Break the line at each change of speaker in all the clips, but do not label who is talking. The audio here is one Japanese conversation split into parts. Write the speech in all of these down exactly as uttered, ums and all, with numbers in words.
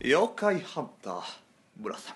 妖怪ハンター村雨。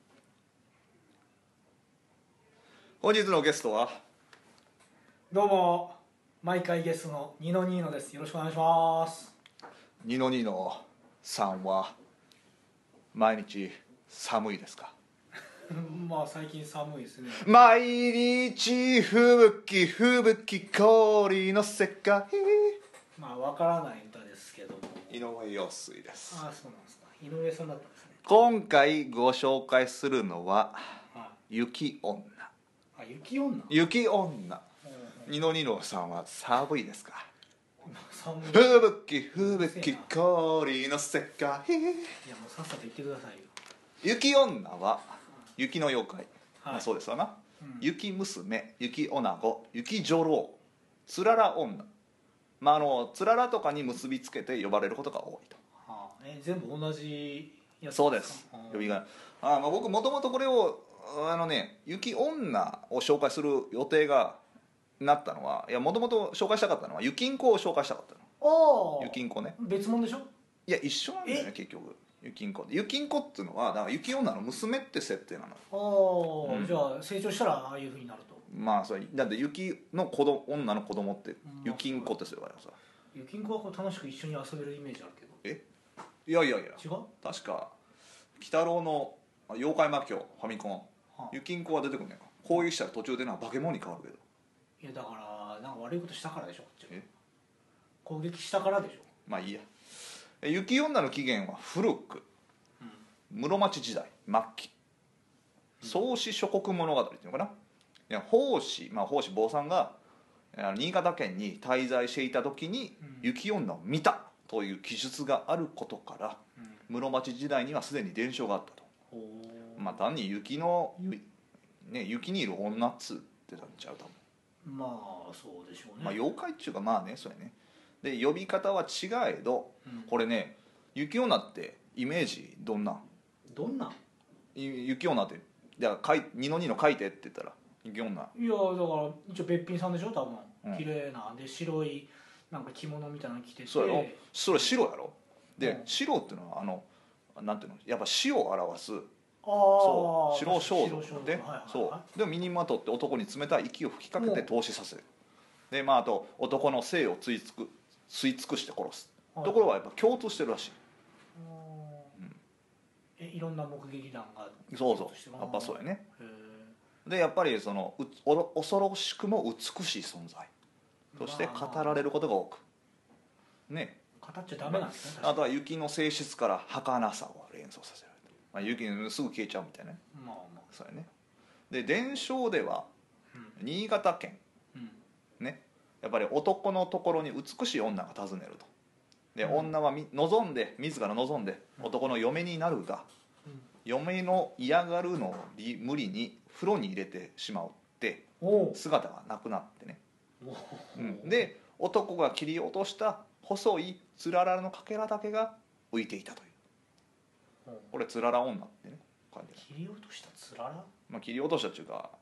本日のゲストは
どうも毎回ゲストのニノニーノです。よろしくお願いします。
ニノニノさんは毎日寒いですか？
まあ最近寒いですね。
毎日吹雪吹雪氷の世界。
まあわからない歌ですけども、
井上陽水です。
ああそうなんですか。井上さんだったんですね。
今回ご紹介するのは
はい、
雪女。
あ、雪女。
雪女。
うんうん、
ニノニノさんは寒いですか？
寒い。
吹雪吹雪氷の世界。
いやもうさっさと言ってくださいよ。
雪女は雪の妖怪、
はい、
まあ、そうですわな、
うん、
雪娘、雪女子、雪女郎、つらら女、まああのつららとかに結びつけて呼ばれることが多いと。
はあ、え全部同じやつですか？
そうです。
はあ、
呼びがあ、まあ、僕もともとこれをあのね雪女を紹介する予定がなったのは、いやもともと紹介したかったのは雪ん子を紹介したかったの。
ああ、
雪ん子ね。
別物でしょ？
いや一緒なんだよね結局。雪ん子雪ん子っていうのはだから雪女の娘って設定なの。
ああ、
うん、
じゃあ成長したらああいうふうになると。
まあそれだって雪の子供女の子供って雪ん子ってするからさ。
雪ん子はこう楽しく一緒に遊べるイメージあるけど。
えいやいやいや
違う？
確か鬼太郎の妖怪魔境ファミコン、は
あ、
雪ん子は出てくるねんか。攻撃したら途中でな化け物に変わるけど。
いやだからなんか悪いことしたからでしょ。こっちは
え
攻撃したからでしょ。
まあいいや。雪女の起源は古く、うん、室町時代末期、宗氏諸国物語っていうのかな。いや法師、まあ、法師坊さんが新潟県に滞在していた時に雪女を見たという記述があることから、うん、室町時代にはすでに伝承があったと。まあ単に雪の、ね、雪にいる女っつってたんちゃう多
分。まあそうでしょうね。
まあ妖怪っていうかまあねそうやね。で呼び方は違えど、うん、これね雪女ってイメージどんなん
どんなん
雪女ってじゃあニノニノ書いてって言ったら雪女。いやだ
から一応べっぴんさんでしょ多分、うん、綺麗なで白いなんか着物みたいなの着てて。
そうやろ。それ白やろ。で、うん、白っていうのはあのなんていうのやっぱ死を表す。
あ
そう白装束で、
はいはいはい、
そうで身にまとって男に冷たい息を吹きかけて投資させる。でまああと男の性を吸い尽く吸い尽くして殺す、はい、ところはやっぱ共通してるらしい。
うん、えいろんな目撃談が
そうそうやっぱそうやね。でやっぱりそのうお恐ろしくも美しい存在として語られることが多くね。
語っちゃダメなんですね。
あとは雪の性質から儚さを連想させる、まあ、雪すぐ消えちゃうみたいなね。まあまあそうやね。で伝承では、うん、新潟県、うん、ねやっぱり男のところに美しい女が訪ねると。で、うん、女はみ望んで自ら望んで男の嫁になるが、うん、嫁の嫌がるのを無理に風呂に入れてしまうって姿がなくなってね、うん、で男が切り落とした細いつららのかけらだけが浮いていたという、これつらら女ってね感じ。
切り落としたつらら、
まあ、切り落としたっていうか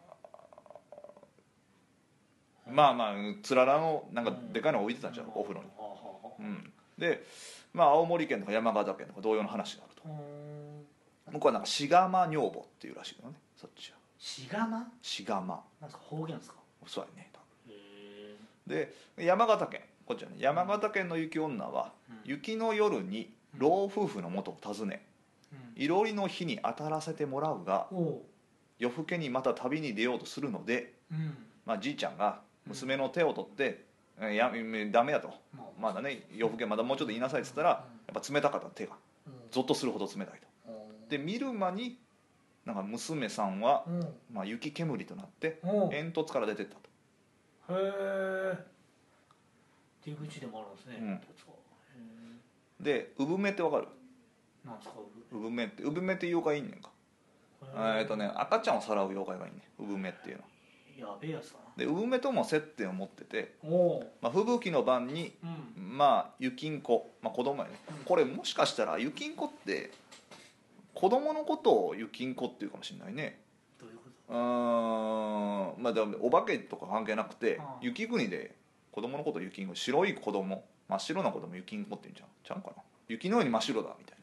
まあまあつららのなんかでかいのが置いてたんちゃう、お風呂に、うん、で、まあ、青森県とか山形県とか同様の話があると。向こうはなんか志賀女房っていうらしいけどねそっちは。
志賀
志賀
なんですか方言ですか？
そうやね多分。で山形県こっちはね山形県の雪女は、うん、雪の夜に老夫婦の元を訪ね、うん、いろりの日に当たらせてもらうが、うん、夜更けにまた旅に出ようとするので、うんまあ、じいちゃんが娘の手を取って「うん、やダメや」と「まだね夜更けまだもうちょっと言いなさい」っつったら、やっぱ冷たかった手がゾッとするほど冷たいと。で見る間になんか娘さんは、うんまあ、雪煙となって煙突から出てったと。
へえ出口でもあるんですね、うん、
で産めってわかる？
なんですか
産めって？産めって妖怪いんねんか。えっとね赤ちゃんをさらう妖怪がいいね産めっていうの。
やべえやつだな。
で産めとも接点を持ってて、まあ、吹雪の晩に、うん、まあ雪ん子、まあ、子供やね、うん、これもしかしたら雪ん子って子供のことを雪ん子っていうかもしれないね。
どういうこと？
うーんまあでもお化けとか関係なくて、ああ雪国で子供のことを雪ん子、白い子供真っ白な子供雪ん子って言うんちゃうちゃうかな。雪のように真っ白だみたいな。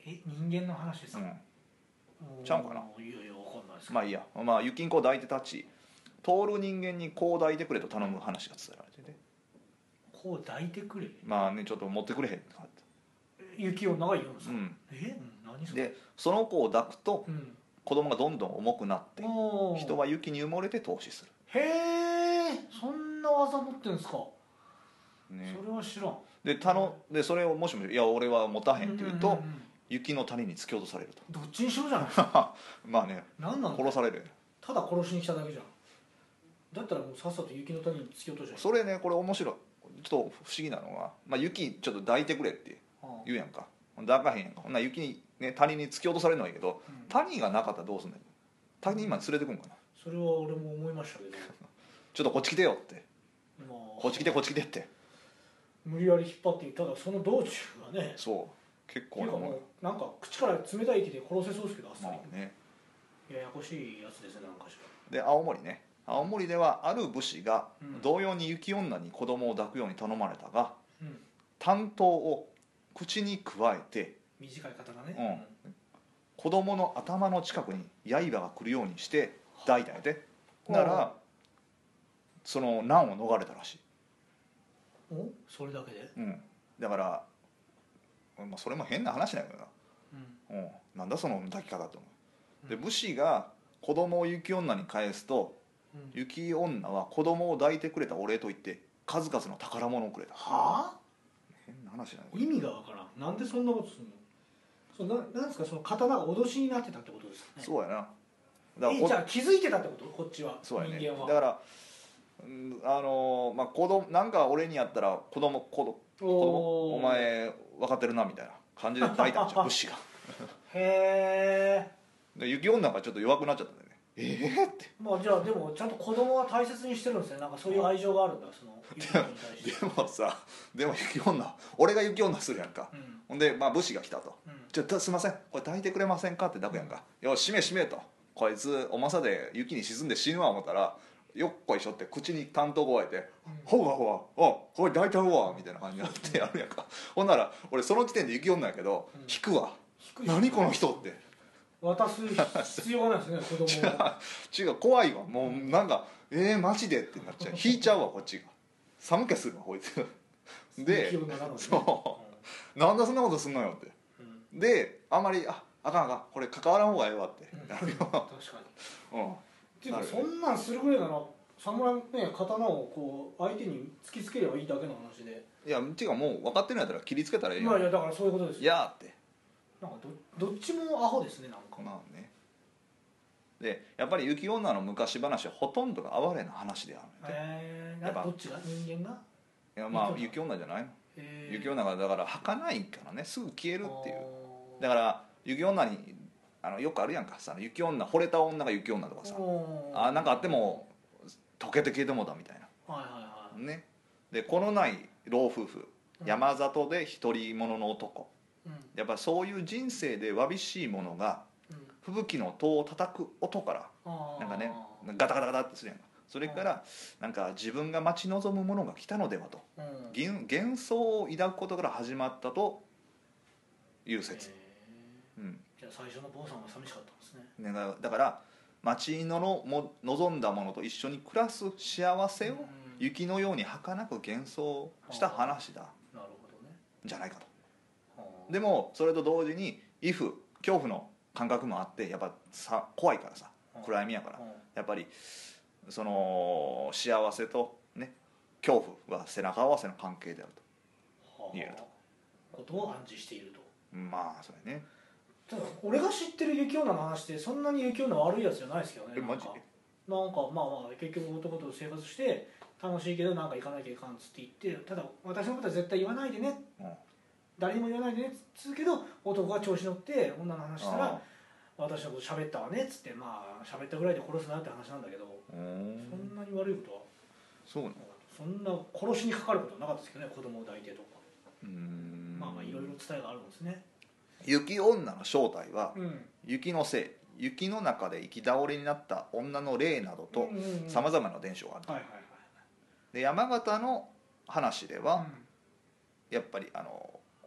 え人間の話ですか、
うん、ちゃうかな。
いやいや分かんないですけど、
まあいいや、まあ雪んこ抱いてたち通る人間にこう抱いてくれと頼む話が伝えられてて、
こう抱いてくれ、
まあねちょっと持ってくれへんか
雪女が言うんですか、
うん
え何それ
でその子を抱くと
うん
子供がどんどん重くなって
おー
人は雪に埋もれて凍死する、
へえそんな技持ってるんですか、
ね、
それは知らん
でたのでそれをもしも「いや俺は持たへん」って言うと、
うんうんうんうん
雪の谷に突き落とされると
どっちにしろじゃないですか
まあね
何なんだ
殺されるよね。
ただ殺しに来ただけじゃん、だったらもうさっさと雪の谷に突き落としちゃう
それねこれ面白いちょっと不思議なのは、まあ、雪ちょっと抱いてくれって言うやんか、抱かへんやんか、ほんなら雪に、ね、谷に突き落とされるのはいいけど、
うん
谷がなかったらどうすんねん、谷今連れてくんかな、
それは俺も思いましたけど
ちょっとこっち来てよって、
まあ
こっち来てこっち来てって、
無理やり引っ張ってただその道中がね
そう結
っていうかも
構なもん、
うなんか口から冷たい息で殺せそうですけどあっさ
ま
り、
あね、
ややこしいやつですねなんかし
で青森ね青森ではある武士が
うん
同様に雪女に子供を抱くように頼まれたが
ら、うん、
短刀を口にくわえて
短い刀ね、
子供の頭の近くに刃が来るようにして抱いたんやて、ならその難を逃れたらしい、
うんおそれだけで、
うん、だから、まあ、それも変な話だけどな、
うん
うん、なんだその抱き方と思う。で武士が子供を雪女に返すと
うん、
雪女は子供を抱いてくれたお礼と言って数々の宝物をくれた。
はあ
変な話だね
意味がわからんなんでそんなことするの、そのななんですかその刀が脅しになってたってことですかね、
そうやな、だからこ
えじゃあ気づいてたってことこっちは
そうやね
人間は
だからうんあのーまあ子供なんか俺にやったら子供子供子供
お
お前分かってるなみたいな感じで抱いたんじゃん武士が
へえ
で雪女がちょっと弱くなっちゃったんだよね、ええー、って
まあじゃあでもちゃんと子供は大切にしてるんですねなんかそういう愛情があるんだその雪女に対して
でもさでも雪女俺が雪女するやんか、
うん
ほんで、まあ、武士が来たと
うん
「ちょっとすいませんこれ抱いてくれませんか?」って抱くやんか「よし閉め閉め」と「こいつ重さで雪に沈んで死ぬわ」思ったらよっこいしょって口に担当を加えて「ほうわほうわおこれ抱いてるわ」みたいな感じになってやるやんか、ほんなら俺その時点で雪女やけど、
うん
引くわ
低い
何この人って
渡す必要がないですね子供は
違う怖いわもうなんかえー、マジでってなっちゃう引いちゃうわこっちが寒気するわこいつで
雪女なのにね
そうなんだそんなことすんのよって
うん
であんまりああかんあかんこれ関わらん方がええわって
うん
なるよ、
確かに
うん、
っていうかそんなんするぐらいなら侍ね刀をこう相手に突きつければいいだけの話で
いやていうかもう分かってるんやったら切りつけたらええよ、
まあいやだからそういうことです
いやーって
なんかどどっちもアホですねなんか、
まあねでやっぱり雪女の昔話はほとんどが哀れな話であるんで、
えー、
やっぱ
などっちが人間が
いやまあ
雪
雪女じゃないの、
えー
雪女がだから儚いからねすぐ消えるっていう
あー
だから雪女にあのよくあるやんかさ雪女惚れた女が雪女とかさ
おー
あなんかあっても溶けて消えてもうたみたいな
はいはいはい
ねでこのない老夫婦
うん
山里で独り者の男
うん
やっぱそういう人生でわびしいものが
うん
吹雪の塔を叩く音から
あー
なんかねガタガタガタってするやんかそれからなんか自分が待ち望むものが来たのではと
うん
幻幻想を抱くことから始まったという説、
えー
うん
じゃあ最初の坊さんは寂しかったんですね
ね、だだから待ちのも望んだものと一緒に暮らす幸せを
うん
雪のように儚く幻想した話だ
なるほどね
じゃないかと
あー
でもそれと同時に畏怖恐怖の感覚もあってやっぱさ怖いからさ暗闇やから
うん
やっぱりその幸せとね恐怖は背中合わせの関係である
はあ
言えると
ことを暗示していると
とまあそれね
ただ俺が知ってる雪女の話ってそんなに雪女悪いやつじゃないですけどね
えマジ
なんかなんかまあまあ結局男と生活して楽しいけどなんか行かなきゃいかんっつって言ってただ私のことは絶対言わないでね
うん
誰にも言わないでねっつうけど男が調子乗って女の話したら
あ
私のこと喋ったわねっつってまあ喋ったぐらいで殺すなって話なんだけど
ーうん
そんなに悪いことは
そうね
そんな殺しにかかることはなかったですけどね子供を抱いてとか
うん
まあまあいろいろ伝えがあるんですね
雪女の正体は
うん
雪のせい雪の中で行き倒れになった女の霊などとさまざまな伝承がある、
はいはいはい
で山形の話では、
うん
やっぱりあの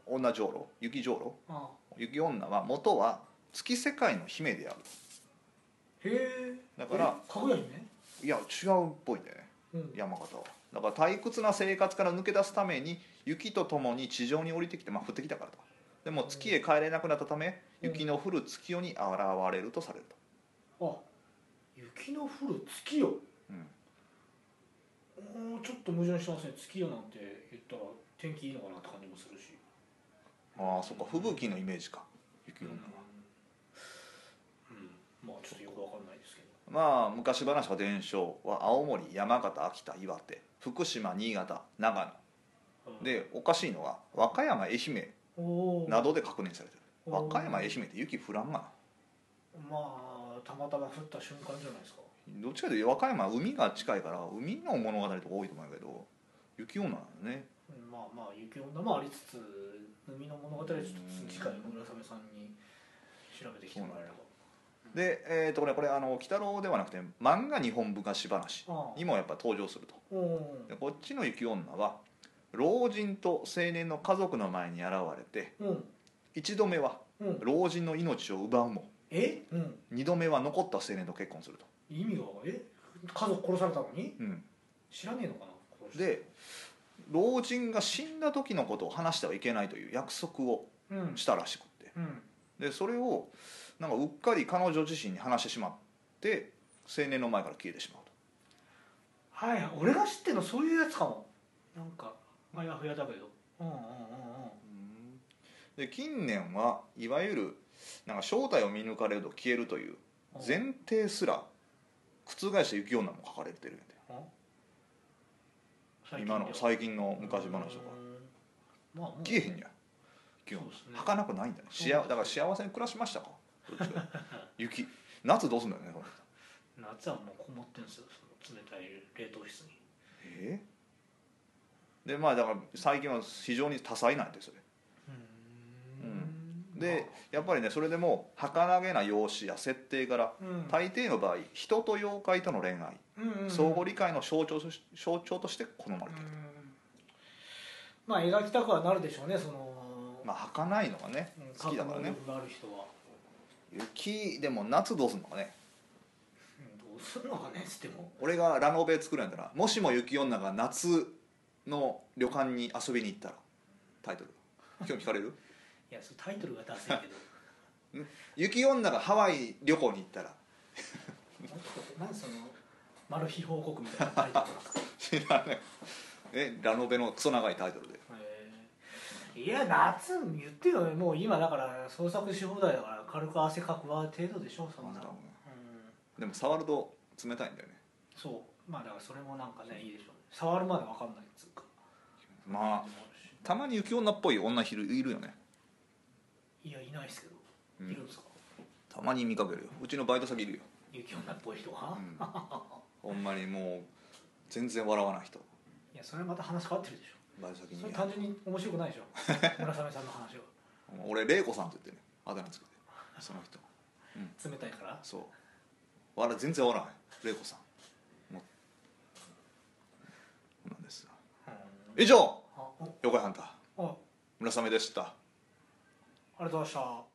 女じょうろ雪じょうろ
あ
雪女は元は月世界の姫である。
へえ。
だから
えかぐや姫。
いや違うっぽいんだよね、
うん、
山形は。だから退屈な生活から抜け出すために雪とともに地上に降りてきて、まあ降ってきたからと。でも月へ帰れなくなったため、うん、雪の降る月夜に現れるとされる
と。あ、雪の降る月夜。うん、ちょっと矛盾してますね。月夜なんて言ったら天気いいのかなって感じもするし。
ああ、そっか、吹雪のイメージか、雪女は。
うん、うん、まあちょっとよくわかんないですけど。
まあ昔話は伝承は青森、山形、秋田、岩手、福島、新潟、長野、うん、でおかしいのは和歌山、愛媛などで確認されてる。和歌山、愛媛って雪降らんがな。
まあたまたま降った瞬間じゃないですか。
どっちかというと和歌山は海が近いから海の物語とか多いと思うけど、雪女なのね。
まあまあ雪女もありつつ海の物語はちょっと近い村雨さんに調べてきてもらえれば。
で、えー、とこれこれあの鬼太郎ではなくて漫画日本昔話にもやっぱ登場すると。でこっちの雪女は老人と青年の家族の前に現れて、うん、一度目は老人の命を奪うも、
え、うん、
二度目は残った青年と結婚すると。
意味がえ家族殺されたのに、
うん、
知らねえのかな。
で老人が死んだ時のことを話してはいけないという約束をしたらしくって、うんうん、でそれをなんかうっかり彼女自身に話してしまって青年の前から消えてしまうと。
はい、俺が知ってるのそういうやつかも。なんかあやふやだけど、うんうんうんうん、
で近年はいわゆるなんか正体を見抜かれると消えるという前提すら覆した雪女も書かれてるんで、今の最近の昔話とか、まあ、消えへんやん。儚くないんだね。だから幸せに暮らしましたか雪。夏どうすんだよね。
夏はもうこもってんですよ、その冷たい冷凍室に。
えー、でまあだから最近は非常に多彩なんですよね。うん、でやっぱりねそれでも儚げな容姿や設定から、うん、大抵の場合人と妖怪との恋愛、うんうん、相互理解の象徴とし象徴として好まれていると。
まあ描きたくはなるでしょうね、その
まあ儚いのがね、うん、好きだからね。
がある人は
雪でも夏どうすんのかね、
うん、どうすんのかねっつっても。
俺がラノベ作るんやったらもしも雪女が夏の旅館に遊びに行ったらタイトル今日聞かれる
いやそタイトルがダセいけど
雪女がハワイ旅行に行ったら
何そのマル秘報告みたいなタイトルですか
知らないえラノベのクソ長いタイトルで。
いや夏言ってよ、もう今だから創作し放題だから軽く汗かくわ程度でしょそんなの、
うん、でも触ると冷たいんだよね。
そうまあだからそれもなんかねいいでしょうね、触るまで分かんないっつうか。
まあたまに雪女っぽい女いるいるよね。
いやいないですけど、うん、いるんですか。
たまに見かけるよ、うちのバイト先いるよ
雪女っぽい人が、うん、
ほんまにもう全然笑わない人。
いやそれまた話変わってるでしょ。
バイト先に
それ単純に面白くないでしょ村雨さんの話は
俺玲子さんって言ってねあだ名つけてその人、
うん、冷たいから。
そう笑全然笑わない玲子さんもなんです。以上妖怪ハンター村雨でした。
ありがとうございました。